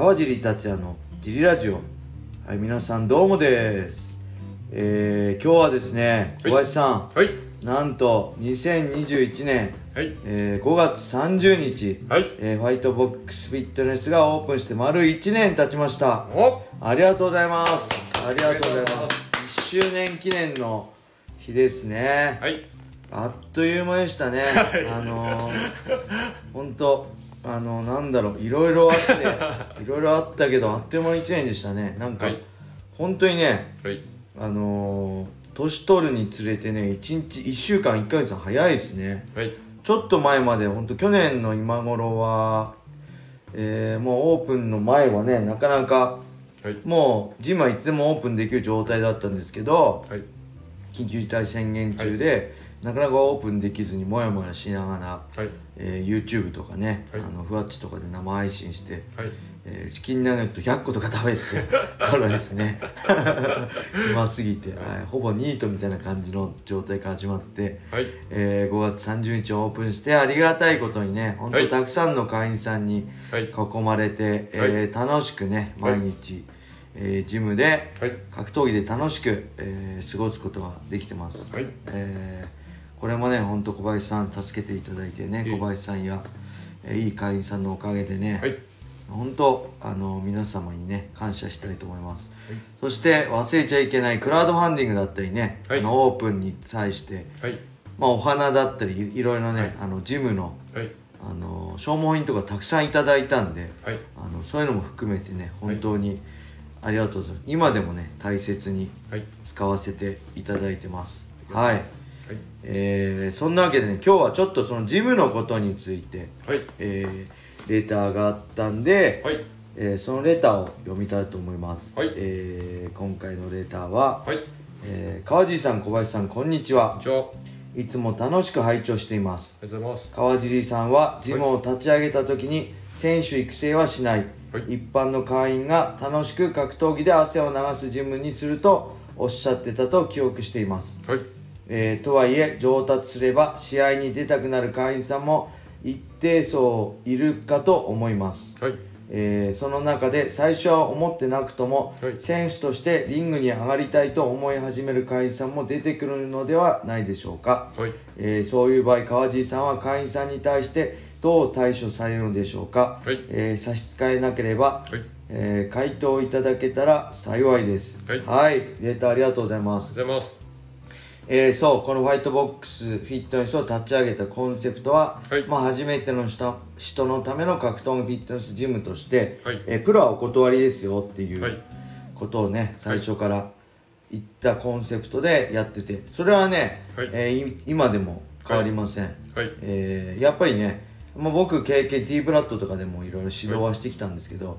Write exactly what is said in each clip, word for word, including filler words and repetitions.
川尻達也のジリラジオ。はい、皆さんどうもです。えー、今日はですね、小林さん、 はい、 なんとにせんにじゅういちねん、 はいえー、ごがつさんじゅうにち、 はいえー、ファイトボックスフィットネスがオープンして丸いちねん経ちました。 おありがとうございます。ありがとうございます。いっしゅうねん記念の日ですね。 はい、 あっという間でしたね。あのー、ほんとあのなんだろう、いろいろあっていろいろあったけど、あっという間のいちねんでしたね。なんか、はい、本当にね、 はい、 あのー、年取るにつれてね、いちにちいっしゅうかんいっかげつ早いですね。 はい、 ちょっと前まで、ほんと去年の今頃は、えー、もうオープンの前はね、なかなか、はい、もうジムはいつでもオープンできる状態だったんですけど、はい、緊急事態宣言中で、はい、なかなかオープンできずにもやもやしながら、はい、えー、YouTube とかね、はい、あのふわっちとかで生配信して、はい、えー、チキンナゲットひゃっことか食べてからですね暇すぎて、はい、ほぼニートみたいな感じの状態から始まって、はい、えー、ごがつさんじゅうにちオープンして、ありがたいことにね、本当たくさんの会員さんに囲まれて、はい、えー、楽しくね毎日、はい、えー、ジムで、はい、格闘技で楽しく、えー、過ごすことができてます。はい、えーこれもね、ほんと小林さん助けていただいてね、小林さんや、えー、いい会員さんのおかげでね、はい、ほんとあの皆様にね感謝したいと思います。はい、そして忘れちゃいけないクラウドファンディングだったりね、はい、あのオープンに対して、はい、まあ、お花だったりいろいろね、はい、あのジムの、はい、あの消耗品とかたくさんいただいたんで、はい、あのそういうのも含めてね本当にありがとうございます。今でもね大切に使わせていただいてます。はい、はい、えー、そんなわけでね、今日はちょっとそのジムのことについて、はい、えー、レターがあったんで、はい、えー、そのレターを読みたいと思います。はい、えー、今回のレターは、はい、えー、川尻さん、小林さん、こんにちは。こんにちは。いつも楽しく拝聴しています。 ありがとうございます。 川尻さんはジムを立ち上げた時に選手育成はしない、はい、一般の会員が楽しく格闘技で汗を流すジムにするとおっしゃってたと記憶しています。はい、えー、とはいえ上達すれば試合に出たくなる会員さんも一定層いるかと思います。はい、えー、その中で最初は思ってなくとも、はい、選手としてリングに上がりたいと思い始める会員さんも出てくるのではないでしょうか。はい、えー、そういう場合、川尻さんは会員さんに対してどう対処されるのでしょうか。はい、えー、差し支えなければ、はい、えー、回答いただけたら幸いです。はい、はい、レターありがとうございます。 ありがとうございます。 えー、そうこのファイトボックスフィットネスを立ち上げたコンセプトは、はい、まあ、初めての人, 人のための格闘技フィットネスジムとして、はい、えー、プロはお断りですよっていうことをね、最初から言ったコンセプトでやってて、それはね、はい、えー、今でも変わりません。はいはい、えー、やっぱりね、まあ、僕経験 T ブラッドとかでもいろいろ指導はしてきたんですけど、はい、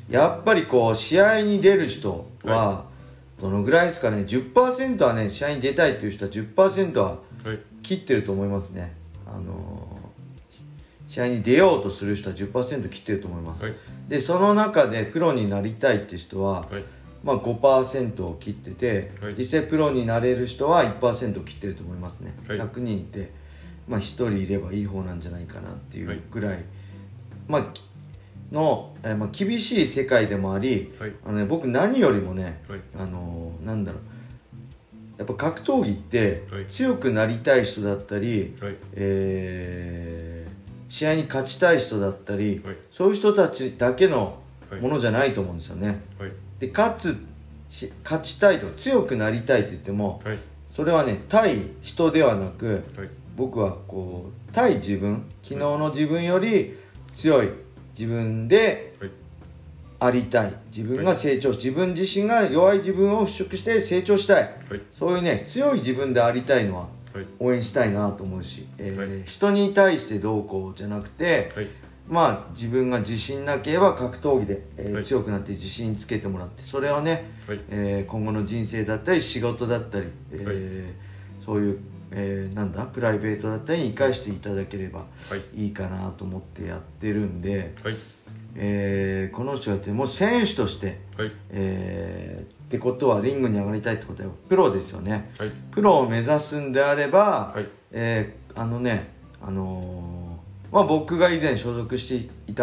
やっぱりこう試合に出る人は、はい、どのぐらいですかね、 じゅっパーセント はね、試合に出たいっていう人は じゅっパーセント は切ってると思いますね。あのー、試合に出ようとする人は じゅっパーセント 切ってると思います。はい、で、その中でプロになりたいっていう人は、はい、まあ ごパーセント を切ってて、はい、実際プロになれる人は いちパーセント を切ってると思いますね。はい、ひゃくにんいて、まあひとりいればいい方なんじゃないかなっていうぐらい、はい、まあの、えーまあ、厳しい世界でもあり、はい、あのね、僕何よりもね、はい、あのー、なんだろう、やっぱ格闘技って強くなりたい人だったり、はい、えー、試合に勝ちたい人だったり、はい、そういう人たちだけのものじゃないと思うんですよね。はい、で勝つ勝ちたいとか強くなりたいと言っても、はい、それはね対人ではなく、はい、僕はこう対自分、昨日の自分より強い自分でありたい、自分が成長し、自分自身が弱い自分を払拭して成長したい、はい、そういうね強い自分でありたいのは応援したいなと思うし、えーはい、人に対してどうこうじゃなくて、はい、まあ自分が自信なければ格闘技で、えーはい、強くなって自信つけてもらって、それをね、はい、えー、今後の人生だったり仕事だったり、えーはい、そういう、えー、なんだプライベートだったりに生かしていただければいいかなと思ってやってるんで、はい、えー、この人が言ってもう選手として、はい、えー、ってことはリングに上がりたいってことはプロですよね。はい、プロを目指すんであれば、はい、えー、あのね、あのー、まあ僕が以前所属していた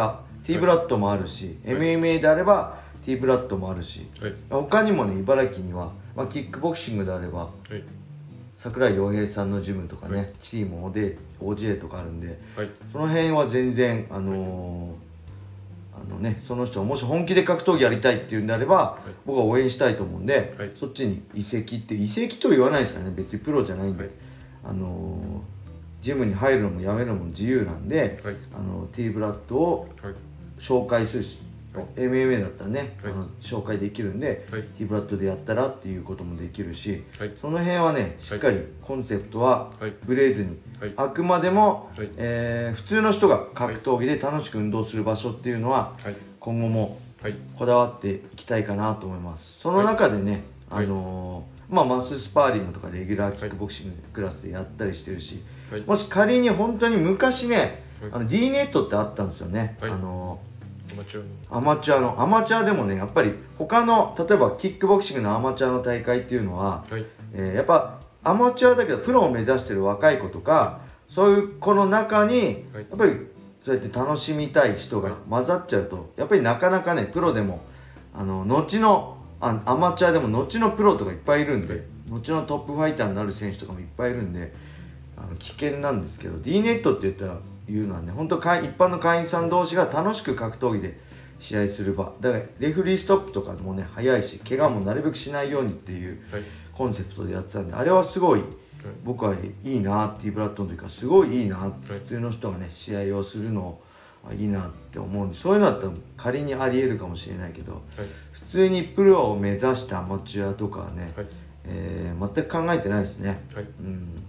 T ブラッドもあるし、はい、エムエムエー であれば T ブラッドもあるし、はい、他にもね茨城には、まあ、キックボクシングであれば、はい、櫻井陽平さんのジムとかね、はい、チーム オージェー とかあるんで、はい、その辺は全然あのーはいあのね、その人がもし本気で格闘技やりたいっていうんであれば、はい、僕は応援したいと思うんで、はい、そっちに移籍って移籍とは言わないですからね、別にプロじゃないんで、はい、あのー、ジムに入るのも辞めるのも自由なんで、はい、あの T ブラッドを紹介するし、はい、エムエムエー だったらね、はい、あの紹介できるんで、はい、T ブラッドでやったらっていうこともできるし、はい、その辺はねしっかりコンセプトはブレずに、はい、あくまでも、はいえー、普通の人が格闘技で楽しく運動する場所っていうのは、はい、今後もこだわっていきたいかなと思います。その中でね、はい、あのーまあ、マススパーリングとかレギュラーキックボクシングクラスでやったりしてるし、はい、もし仮に本当に昔ね、はい、あの D ネットってあったんですよね、はい、あのーアマチュアのアマチュアのアマチュアでもねやっぱり他の例えばキックボクシングのアマチュアの大会っていうのは、はいえー、やっぱアマチュアだけどプロを目指してる若い子とかそういう子の中に、はい、やっぱりそうやって楽しみたい人が混ざっちゃうとやっぱりなかなかねプロでもあの後のあアマチュアでも後のプロとかいっぱいいるんで、はい、後のトップファイターになる選手とかもいっぱいいるんであの危険なんですけど D ネットって言ったらいうのはね本当一般の会員さん同士が楽しく格闘技で試合する場だからレフリーストップとかもね早いし怪我もなるべくしないようにっていうコンセプトでやってたんであれはすごい、はい、僕はいいなって T ブラッドの時からすごいいいなって、はい、普通の人がね試合をするのいいなって思うんでそういうのだったら仮にありえるかもしれないけど、はい、普通にプロを目指したアマチュアとかはね、はいえー、全く考えてないですね、はいうん、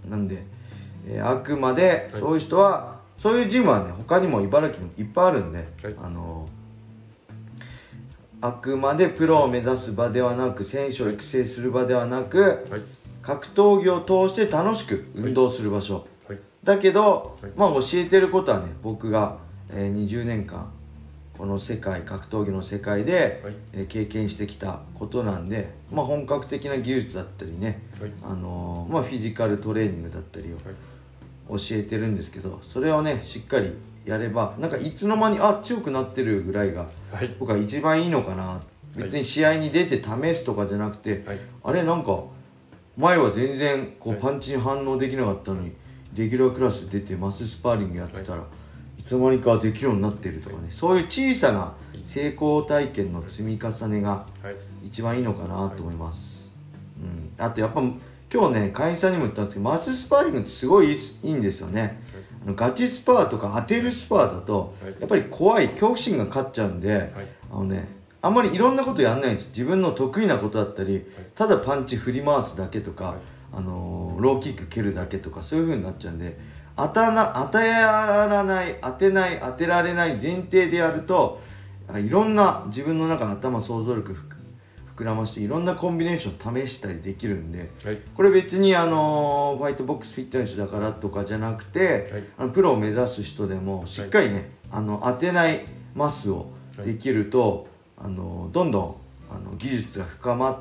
なんで、えー、あくまでそういう人は、はいそういうジムはね他にも茨城にもいっぱいあるんで、はい、あのあくまでプロを目指す場ではなく選手を育成する場ではなく、はい、格闘技を通して楽しく運動する場所、はい、だけど、はい、まあ教えてることはね僕が、えー、にじゅうねんかんこの世界格闘技の世界で、はいえー、経験してきたことなんで、まあ、本格的な技術だったりね、はいあのーまあ、フィジカルトレーニングだったりを、はい教えてるんですけどそれをねしっかりやればなんかいつの間にあ強くなってるぐらいが、はい、僕は一番いいのかな別に試合に出て試すとかじゃなくて、はい、あれなんか前は全然こうパンチに反応できなかったのに、はい、レギュラークラス出てマススパーリングやってたら、はい、いつの間にかできるようになってるとかね、はい、そういう小さな成功体験の積み重ねが一番いいのかなと思います、はいうん、あとやっぱ今日ね会員さんにも言ったんですけどマススパーリングってすごいいい、いいんですよね、はい、あのガチスパーとか当てるスパーだと、はい、やっぱり怖い恐怖心が勝っちゃうんで、はい、あのねあんまりいろんなことやんないんです自分の得意なことだったり、はい、ただパンチ振り回すだけとか、はいあのー、ローキック蹴るだけとかそういう風になっちゃうんで当たな当たらない当てない当てられない前提でやるといろんな自分の中の頭想像力膨らましていろんなコンビネーションを試したりできるんで、はい、これ別にあのファイトボックスフィットネスだからとかじゃなくて、はい、あのプロを目指す人でもしっかりね、はい、あの当てないマスをできると、はい、あのどんどんあの技術が深まって、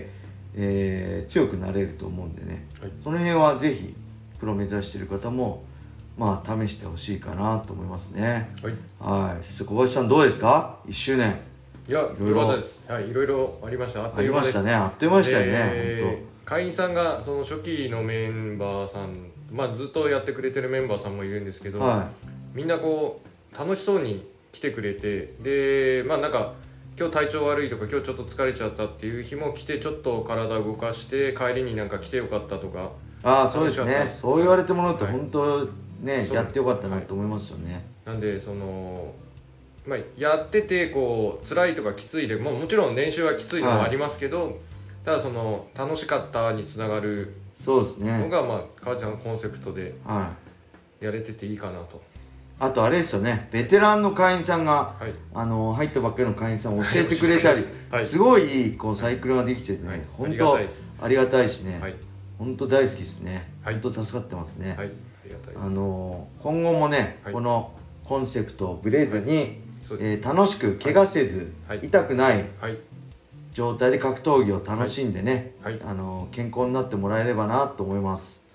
えー、強くなれると思うんでね、はい、その辺はぜひプロを目指している方もまあ試してほしいかなと思いますね。はい。はい。そして小林さんどうですか？いっしゅうねん。 いや、いろいろです。はい、いろいろありました。 あっという間です。ありましたね。あっという間でしたよね。 えー、本当。会員さんがその初期のメンバーさん、まあずっとやってくれてるメンバーさんもいるんですけど、はい、みんなこう楽しそうに来てくれて、で、まあなんか今日体調悪いとか今日ちょっと疲れちゃったっていう日も来てちょっと体動かして帰りになんか来てよかったとか。 ああ、そうですね。そう言われてもらうと本当ね、はい、やってよかったなと思いますよね。 はい、なんでその。まあ、やっててこう辛いとかきついでももちろん練習はきついのもありますけど、はい、ただその楽しかったにつながるのが、まあ、川内さんのコンセプトでやれてていいかなと。 あとあれですよねベテランの会員さんが、はい、あの入ったばっかりの会員さんを教えてくれたり、はい、すごいいいこうサイクルができててね、はい、本当ありがたいしね、はい、本当大好きですね、はい、本当助かってますね、はい、ありがたいです。あの今後もね、はい、このコンセプトをブレずに、はいえー、楽しく怪我せず、はい、痛くない状態で格闘技を楽しんでね、はい、あの健康になってもらえればなと思います。 はい、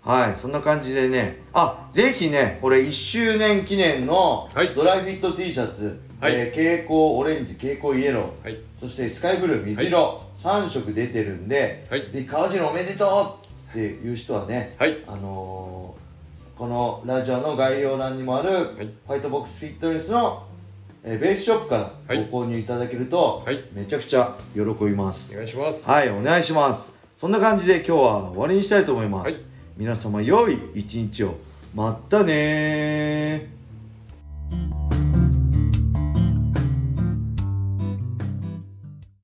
はい、そんな感じでね、あ、ぜひね、これいっしゅうねん記念のドライフィット T シャツ、はい、えー、蛍光オレンジ、蛍光イエロー、はい、そしてスカイブルー、水色、はい、さん色出てるんで、はい、で川尻おめでとうっていう人はね、はい、あのー、このラジオの概要欄にもある、はい、ファイトボックスフィットネスの、えー、ベースショップからご購入いただけると、はい、めちゃくちゃ喜びます。 お願いします。 はい、お願いします。そんな感じで今日は終わりにしたいと思います。はい、皆様良い一日を。またねー。